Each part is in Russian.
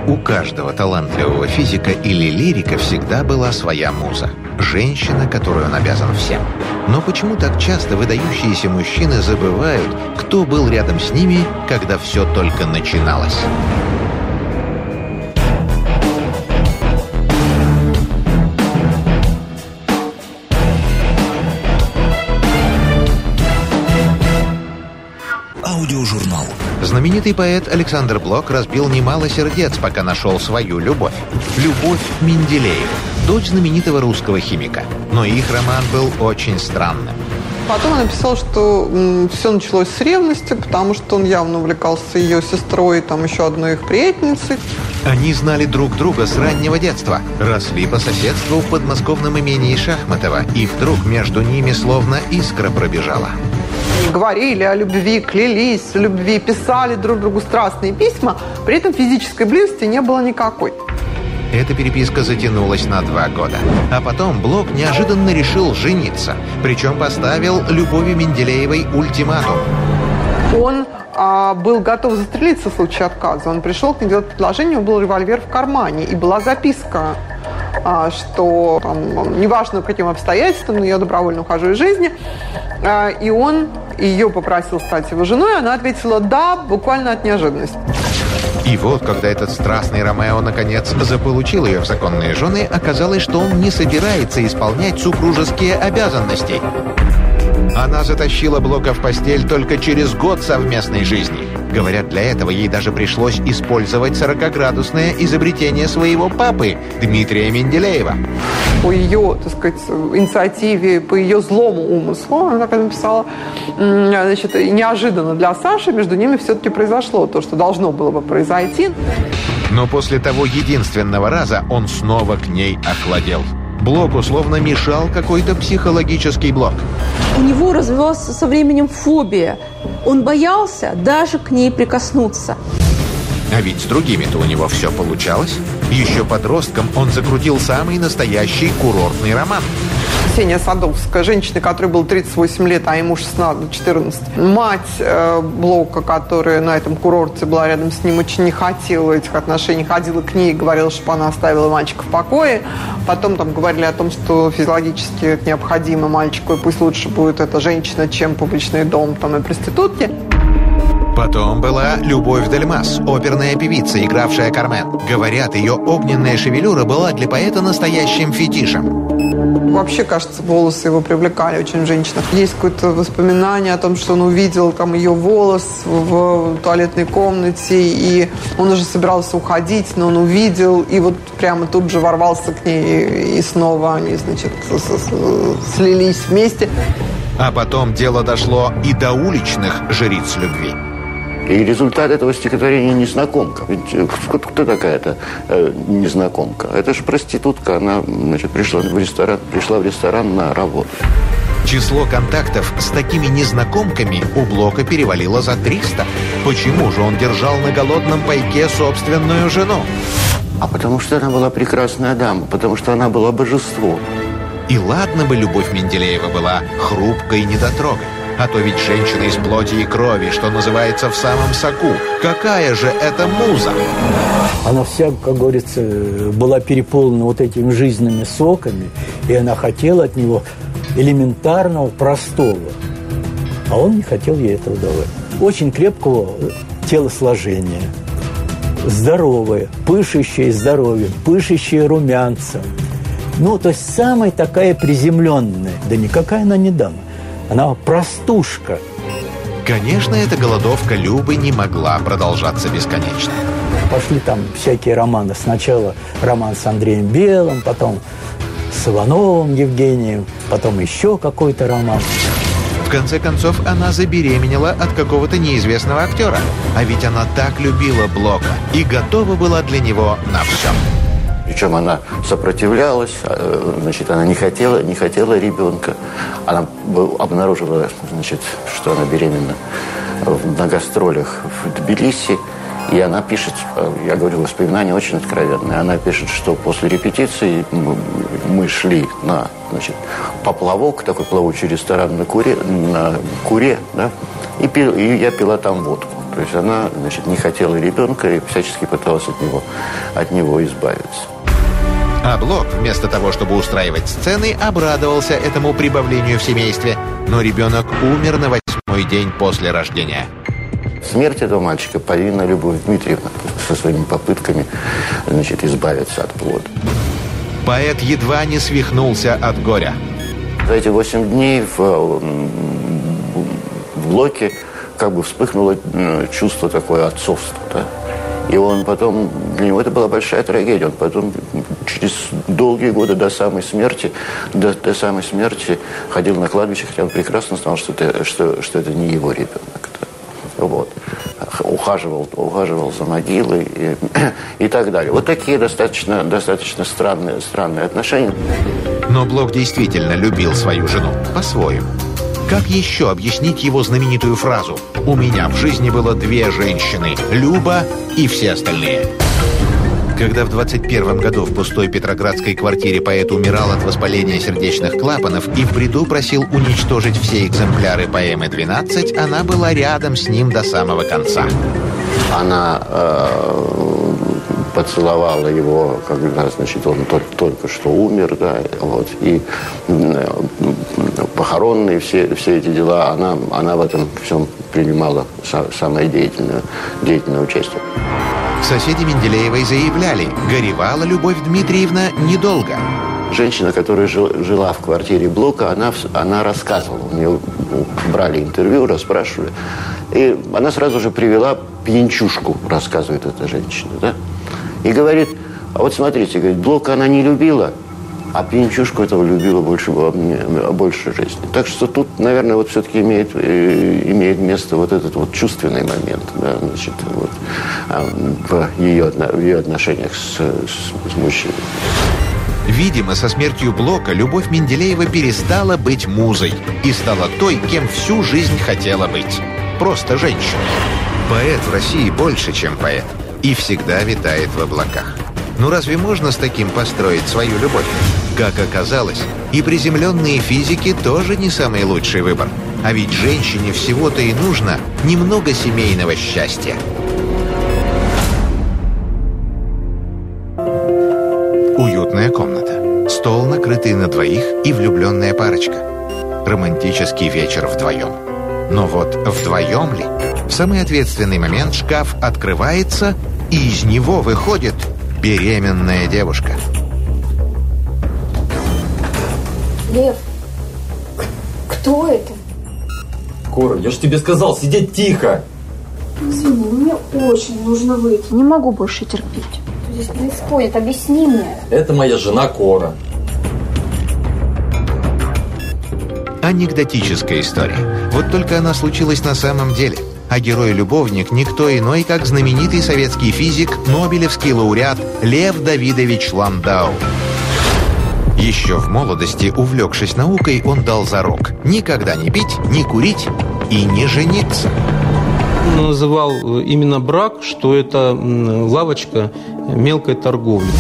У каждого талантливого физика или лирика всегда была своя муза. Женщина, которой он обязан всем. Но почему так часто выдающиеся мужчины забывают, кто был рядом с ними, когда все только начиналось? Аудиожурнал. Знаменитый поэт Александр Блок разбил немало сердец, пока нашел свою любовь. Любовь Менделееву, дочь знаменитого русского химика. Но их роман был очень странным. Потом он написал, что все началось с ревности, потому что он явно увлекался ее сестрой, там еще одной их приятельницей. Они знали друг друга с раннего детства, росли по соседству в подмосковном имении Шахматова, и вдруг между ними словно искра пробежала. Говорили о любви, клялись в любви, писали друг другу страстные письма, при этом физической близости не было никакой. Эта переписка затянулась на 2 года. А потом Блок неожиданно решил жениться. Причем поставил Любови Менделеевой ультиматум. Он был готов застрелиться в случае отказа. Он пришел к ней делать предложение, был револьвер в кармане. И была записка, что там, неважно, по каким обстоятельствам, но я добровольно ухожу из жизни. И он ее попросил стать его женой. Она ответила «да», буквально от неожиданности. И вот, когда этот страстный Ромео наконец заполучил ее в законные жены, оказалось, что он не собирается исполнять супружеские обязанности. Она затащила Блока в постель только через год совместной жизни. Говорят, для этого ей даже пришлось использовать 40-градусное изобретение своего папы, Дмитрия Менделеева. По ее, так сказать, инициативе, по ее злому умыслу, она так написала, значит, неожиданно для Саши между ними все-таки произошло то, что должно было бы произойти. Но после того единственного раза он снова к ней охладел. Блоку словно мешал какой-то психологический блок. У него развивалась со временем фобия. Он боялся даже к ней прикоснуться. А ведь с другими-то у него все получалось. Еще подростком он закрутил самый настоящий курортный роман. Ксения Садовская, женщина, которой было 38 лет, а ему 14. Мать Блока, которая на этом курорте была рядом с ним, очень не хотела этих отношений, ходила к ней и говорила, чтобы она оставила мальчика в покое. Потом там говорили о том, что физиологически это необходимо мальчику, и пусть лучше будет эта женщина, чем публичный дом там, и проститутки. Потом была Любовь Дельмас, оперная певица, игравшая Кармен. Говорят, ее огненная шевелюра была для поэта настоящим фетишем. Вообще, кажется, волосы его привлекали очень в женщинах. Есть какое-то воспоминание о том, что он увидел там ее волос в туалетной комнате, и он уже собирался уходить, но он увидел, и вот прямо тут же ворвался к ней, и снова они, значит, слились вместе. А потом дело дошло и до уличных жриц любви. И результат этого стихотворения «Незнакомка». Ведь кто такая-то незнакомка? Это же проститутка. Она, значит, пришла в ресторан на работу. Число контактов с такими незнакомками у Блока перевалило за 300. Почему же он держал на голодном пайке собственную жену? А потому что она была прекрасная дама, потому что она была божество. И ладно бы Любовь Менделеева была хрупкой недотрогой. А то ведь женщина из плоти и крови, что называется, в самом соку. Какая же это муза? Она вся, как говорится, была переполнена вот этими жизненными соками, и она хотела от него элементарного, простого. А он не хотел ей этого давать. Очень крепкого телосложения, здоровое, пышущее здоровьем, пышущее румянцем. Ну, то есть самая такая приземленная. Да никакая она не дама. Она простушка. Конечно, эта голодовка Любы не могла продолжаться бесконечно. Пошли там всякие романы. Сначала роман с Андреем Белым, потом с Ивановым Евгением, потом еще какой-то роман. В конце концов, она забеременела от какого-то неизвестного актера. А ведь она так любила Блока и готова была для него на все. Причем она сопротивлялась, значит, она не хотела ребенка. Она обнаружила, значит, что она беременна на гастролях в Тбилиси. И она пишет, я говорю, воспоминания очень откровенные. Она пишет, что после репетиции мы шли на, значит, поплавок, такой плавучий ресторан на Куре, да, и я пила там водку. То есть она, значит, не хотела ребенка и всячески пыталась от него избавиться. А Блок, вместо того, чтобы устраивать сцены, обрадовался этому прибавлению в семействе. Но ребенок умер на 8-й день после рождения. Смерть этого мальчика повинна Любовь Дмитриевна со своими попытками, значит, избавиться от плода. Поэт едва не свихнулся от горя. За эти 8 дней в Блоке как бы вспыхнуло чувство такое отцовства, да? И он потом, для него это была большая трагедия. Он потом через долгие годы до самой смерти ходил на кладбище, хотя он прекрасно знал, что это не его ребенок. Да? Вот. Ухаживал за могилой и так далее. Вот такие достаточно странные отношения. Но Блок действительно любил свою жену по-своему. Как еще объяснить его знаменитую фразу «У меня в жизни было 2 женщины – Люба и все остальные»? Когда в 21 году в пустой петроградской квартире поэт умирал от воспаления сердечных клапанов и в бреду просил уничтожить все экземпляры поэмы «12», она была рядом с ним до самого конца. Она поцеловала его, когда, значит, он только что умер, да, вот, и похоронные все эти дела, она в этом всем принимала самое деятельное участие. Соседи Менделеевой заявляли, горевала Любовь Дмитриевна недолго. Женщина, которая жила в квартире Блока, она рассказывала. У нее брали интервью, расспрашивали. И она сразу же привела пьянчушку, рассказывает эта женщина, да? И говорит, а вот смотрите, говорит, Блока она не любила, а пьянчушку этого любила больше жизни. Так что тут, наверное, вот все-таки имеет место вот этот вот чувственный момент, да, значит, вот, в ее отношениях с мужчиной. Видимо, со смертью Блока Любовь Менделеева перестала быть музой и стала той, кем всю жизнь хотела быть. Просто женщиной. Поэт в России больше, чем поэт. И всегда витает в облаках. Ну разве можно с таким построить свою любовь? Как оказалось, и приземленные физики тоже не самый лучший выбор. А ведь женщине всего-то и нужно немного семейного счастья. Уютная комната. Стол, накрытый на 2, и влюбленная парочка. Романтический вечер вдвоем. Но вот вдвоем ли? В самый ответственный момент шкаф открывается, и из него выходит беременная девушка. Лев, кто это? Кора, я же тебе сказал, сидеть тихо. Извини, мне очень нужно выйти. Не могу больше терпеть. Что здесь происходит? Объясни мне. Это моя жена Кора. Анекдотическая история. Вот только она случилась на самом деле. А герой-любовник никто иной, как знаменитый советский физик, нобелевский лауреат Лев Давидович Ландау. Еще в молодости, увлекшись наукой, он дал зарок никогда не пить, не курить и не жениться. Он называл именно брак, что это лавочка мелкой торговли.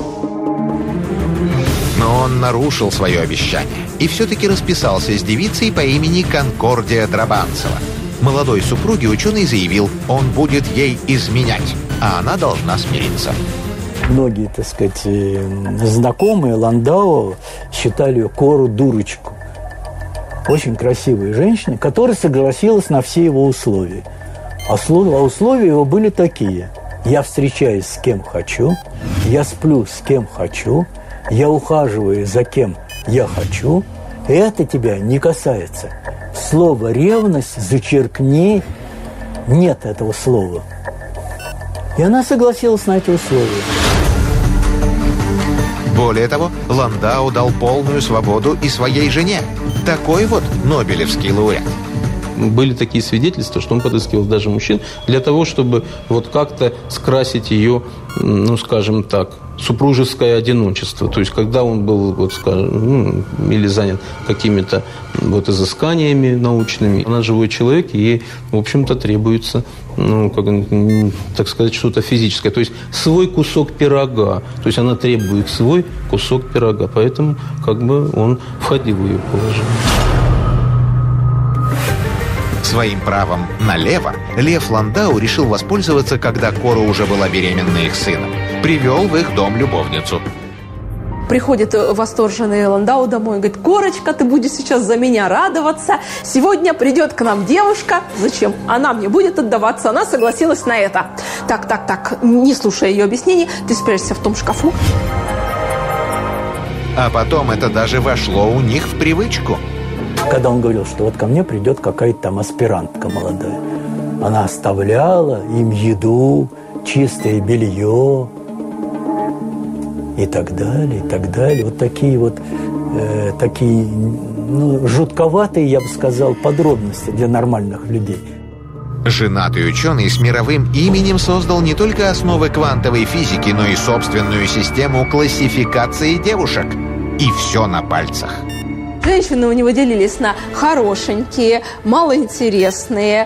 Но он нарушил свое обещание и все-таки расписался с девицей по имени Конкордия Драбанцева. Молодой супруге ученый заявил, он будет ей изменять, а она должна смириться. Многие, так сказать, знакомые Ландау считали ее Кору дурочку. Очень красивая женщина, которая согласилась на все его условия. А условия его были такие. Я встречаюсь с кем хочу, я сплю с кем хочу, я ухаживаю за кем я хочу. Это тебя не касается. Слово «ревность» зачеркни. Нет этого слова. И она согласилась на эти условия. Более того, Ландау дал полную свободу и своей жене. Такой вот нобелевский лауреат. Были такие свидетельства, что он подыскивал даже мужчин для того, чтобы вот как-то скрасить ее, ну, скажем так, супружеское одиночество. То есть, когда он был, вот, скажем, или занят какими-то вот изысканиями научными, она живой человек, и ей, в общем-то, требуется, ну, как, так сказать, что-то физическое. То есть, свой кусок пирога. То есть, она требует свой кусок пирога. Поэтому, как бы, он входил в ее положение. Своим правом налево Лев Ландау решил воспользоваться, когда Кора уже была беременна их сыном. Привел в их дом любовницу. Приходит восторженный Ландау домой и говорит: Корочка, ты будешь сейчас за меня радоваться. Сегодня придет к нам девушка. Зачем? Она мне будет отдаваться. Она согласилась на это. Так. Не слушая ее объяснений, ты спрячешься в том шкафу. А потом это даже вошло у них в привычку. Когда он говорил, что вот ко мне придет какая-то там аспирантка молодая, она оставляла им еду, чистое белье и так далее, и так далее. Вот такие жутковатые, я бы сказал, подробности для нормальных людей. Женатый ученый с мировым именем создал не только основы квантовой физики, но и собственную систему классификации девушек. И все на пальцах. Женщины у него делились на хорошенькие, малоинтересные,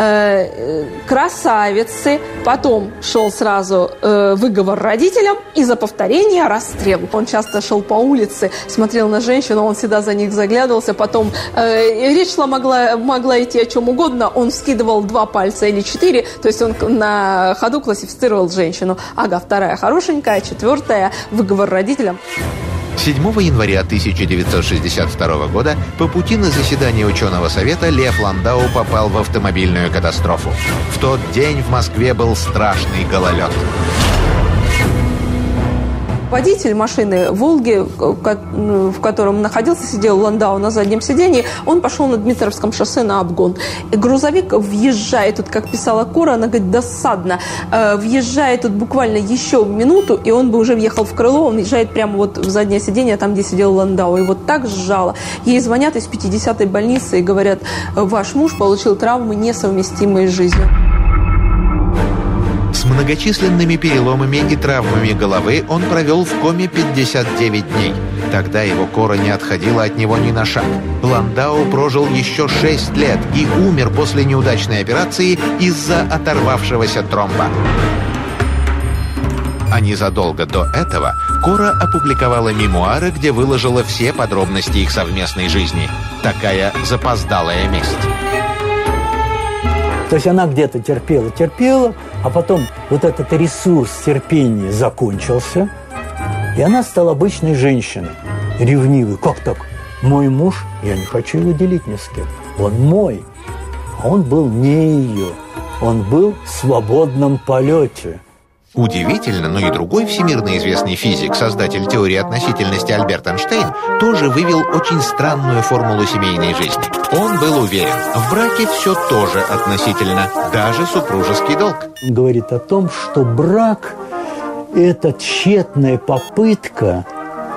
красавицы. Потом шел сразу выговор родителям и за повторение расстрел. Он часто шел по улице, смотрел на женщину, он всегда за них заглядывался. Потом речь могла идти о чем угодно. Он вскидывал 2 пальца или 4, то есть он на ходу классифицировал женщину. Ага, 2 хорошенькая, 4 выговор родителям. 7 января 1962 года по пути на заседание ученого совета Лев Ландау попал в автомобильную катастрофу. В тот день в Москве был страшный гололед. Водитель машины «Волги», в котором находился, сидел Ландау на заднем сидении, он пошел на Дмитровском шоссе на обгон. И грузовик въезжает, тут, как писала Кора, она говорит, досадно, въезжает тут буквально еще минуту, и он бы уже въехал в крыло, он въезжает прямо вот в заднее сиденье, там, где сидел Ландау, и вот так сжало. Ей звонят из 50-й больницы и говорят: ваш муж получил травмы, несовместимые с жизнью. С многочисленными переломами и травмами головы он провел в коме 59 дней. Тогда его Кора не отходила от него ни на шаг. Ландау прожил еще 6 лет и умер после неудачной операции из-за оторвавшегося тромба. А незадолго до этого Кора опубликовала мемуары, где выложила все подробности их совместной жизни. Такая запоздалая месть. То есть она где-то терпела, а потом вот этот ресурс терпения закончился, и она стала обычной женщиной, ревнивой. Как так? Мой муж, я не хочу его делить ни с кем. Он мой. А он был не ее. Он был в свободном полете. Удивительно, но и другой всемирно известный физик, создатель теории относительности Альберт Эйнштейн, тоже вывел очень странную формулу семейной жизни. Он был уверен, в браке все тоже относительно, даже супружеский долг. Он говорит о том, что брак – это тщетная попытка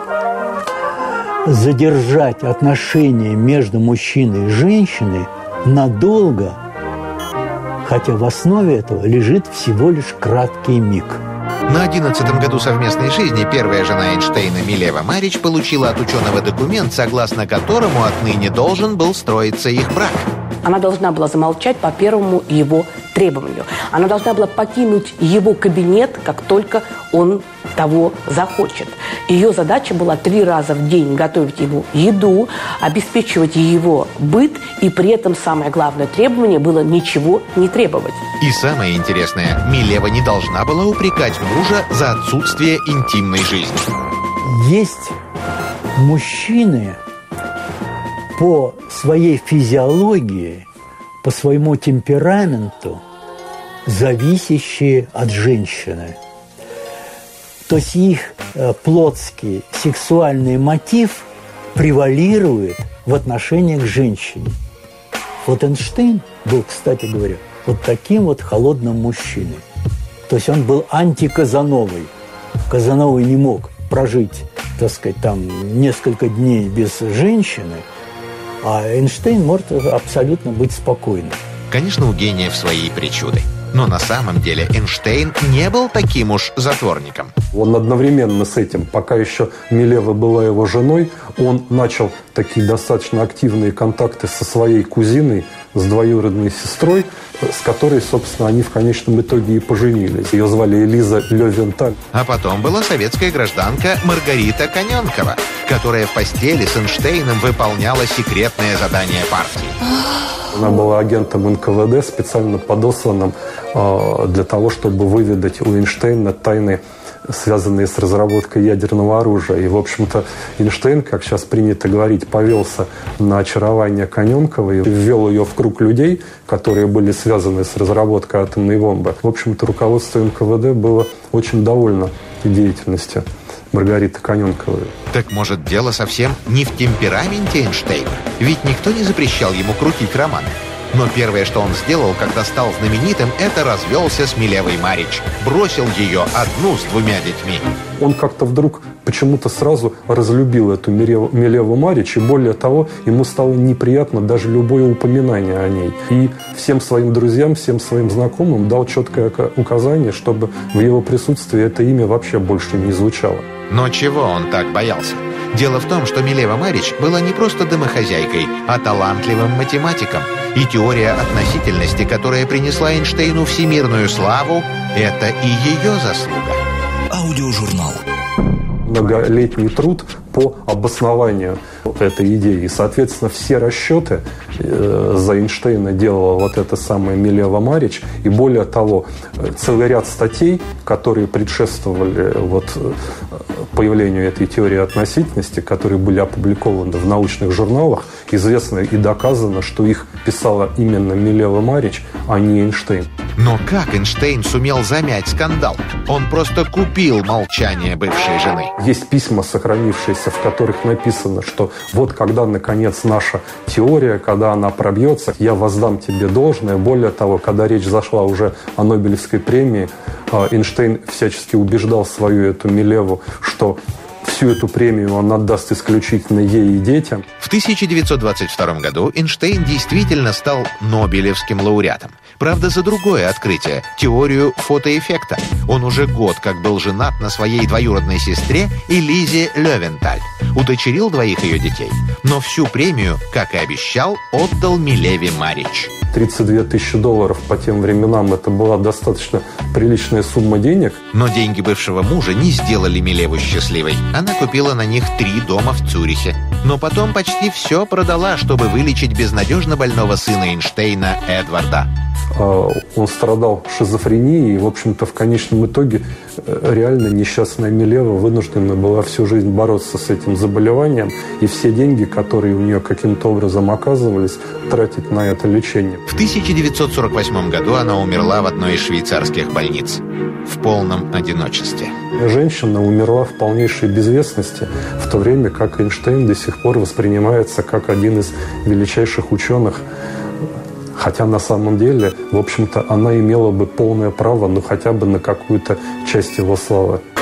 задержать отношения между мужчиной и женщиной надолго, хотя в основе этого лежит всего лишь краткий миг. На 11-м году совместной жизни первая жена Эйнштейна, Милева Марич, получила от ученого документ, согласно которому отныне должен был строиться их брак. Она должна была замолчать по первому его требованию. Она должна была покинуть его кабинет, как только он того захочет. Ее задача была 3 раза в день готовить ему еду, обеспечивать его быт, и при этом самое главное требование было ничего не требовать. И самое интересное, Милева не должна была упрекать мужа за отсутствие интимной жизни. Есть мужчины по своей физиологии, по своему темпераменту, зависящие от женщины. То есть их плотский сексуальный мотив превалирует в отношениях к женщине. Вот Эйнштейн был, кстати говоря, вот таким вот холодным мужчиной. То есть он был антиказановой. Казановой не мог прожить, так сказать, там несколько дней без женщины, а Эйнштейн может абсолютно быть спокойным. Конечно, у гениев свои причуды. Но на самом деле Эйнштейн не был таким уж затворником. Он одновременно с этим, пока еще Милева была его женой, он начал такие достаточно активные контакты со своей кузиной, с двоюродной сестрой, с которой, собственно, они в конечном итоге и поженились. Ее звали Элиза Левенталь. А потом была советская гражданка Маргарита Коненкова, которая в постели с Эйнштейном выполняла секретное задание партии. Она была агентом НКВД, специально подосланным для того, чтобы выведать у Эйнштейна тайны, связанные с разработкой ядерного оружия. И, в общем-то, Эйнштейн, как сейчас принято говорить, повелся на очарование Каненковой, ввел ее в круг людей, которые были связаны с разработкой атомной бомбы. В общем-то, руководство НКВД было очень довольно деятельностью Маргариты Каненковой. Так, может, дело совсем не в темпераменте Эйнштейна? Ведь никто не запрещал ему крутить романы. Но первое, что он сделал, когда стал знаменитым, это развелся с Милевой Марич. Бросил ее одну с 2 детьми. Он как-то вдруг почему-то сразу разлюбил эту Милеву Марич, и более того, ему стало неприятно даже любое упоминание о ней. И всем своим друзьям, всем своим знакомым дал четкое указание, чтобы в его присутствии это имя вообще больше не звучало. Но чего он так боялся? Дело в том, что Милева Марич была не просто домохозяйкой, а талантливым математиком. И теория относительности, которая принесла Эйнштейну всемирную славу, это и ее заслуга. Аудиожурнал. Многолетний труд по обоснованию этой идеи. И, соответственно, все расчеты за Эйнштейна делала вот эта самая Милева Марич. И более того, целый ряд статей, которые предшествовали появлению этой теории относительности, которые были опубликованы в научных журналах, известно и доказано, что их писала именно Милева Марич, а не Эйнштейн. Но как Эйнштейн сумел замять скандал? Он просто купил молчание бывшей жены. Есть письма, сохранившиеся, в которых написано, что вот когда, наконец, наша теория, когда она пробьется, я воздам тебе должное. Более того, когда речь зашла уже о Нобелевской премии, Эйнштейн всячески убеждал свою эту Милеву, что всю эту премию он отдаст исключительно ей и детям. В 1922 году Эйнштейн действительно стал Нобелевским лауреатом. Правда, за другое открытие – теорию фотоэффекта. Он уже год как был женат на своей двоюродной сестре Элизе Левенталь. Удочерил 2 ее детей. Но всю премию, как и обещал, отдал Милеве Марич. $32 000 по тем временам – это была достаточно приличная сумма денег. Но деньги бывшего мужа не сделали Милеву счастливой. Она купила на них 3 дома в Цюрихе. Но потом почти все продала, чтобы вылечить безнадежно больного сына Эйнштейна Эдварда. Он страдал шизофренией, и, в общем-то, в конечном итоге реально несчастная Милева вынуждена была всю жизнь бороться с этим заболеванием, и все деньги, которые у нее каким-то образом оказывались, тратить на это лечение. В 1948 году она умерла в одной из швейцарских больниц. В полном одиночестве. Женщина умерла в полнейшей безвестности, в то время как Эйнштейн до сих пор воспринимается как один из величайших ученых. Хотя на самом деле, в общем-то, она имела бы полное право, хотя бы на какую-то часть его славы.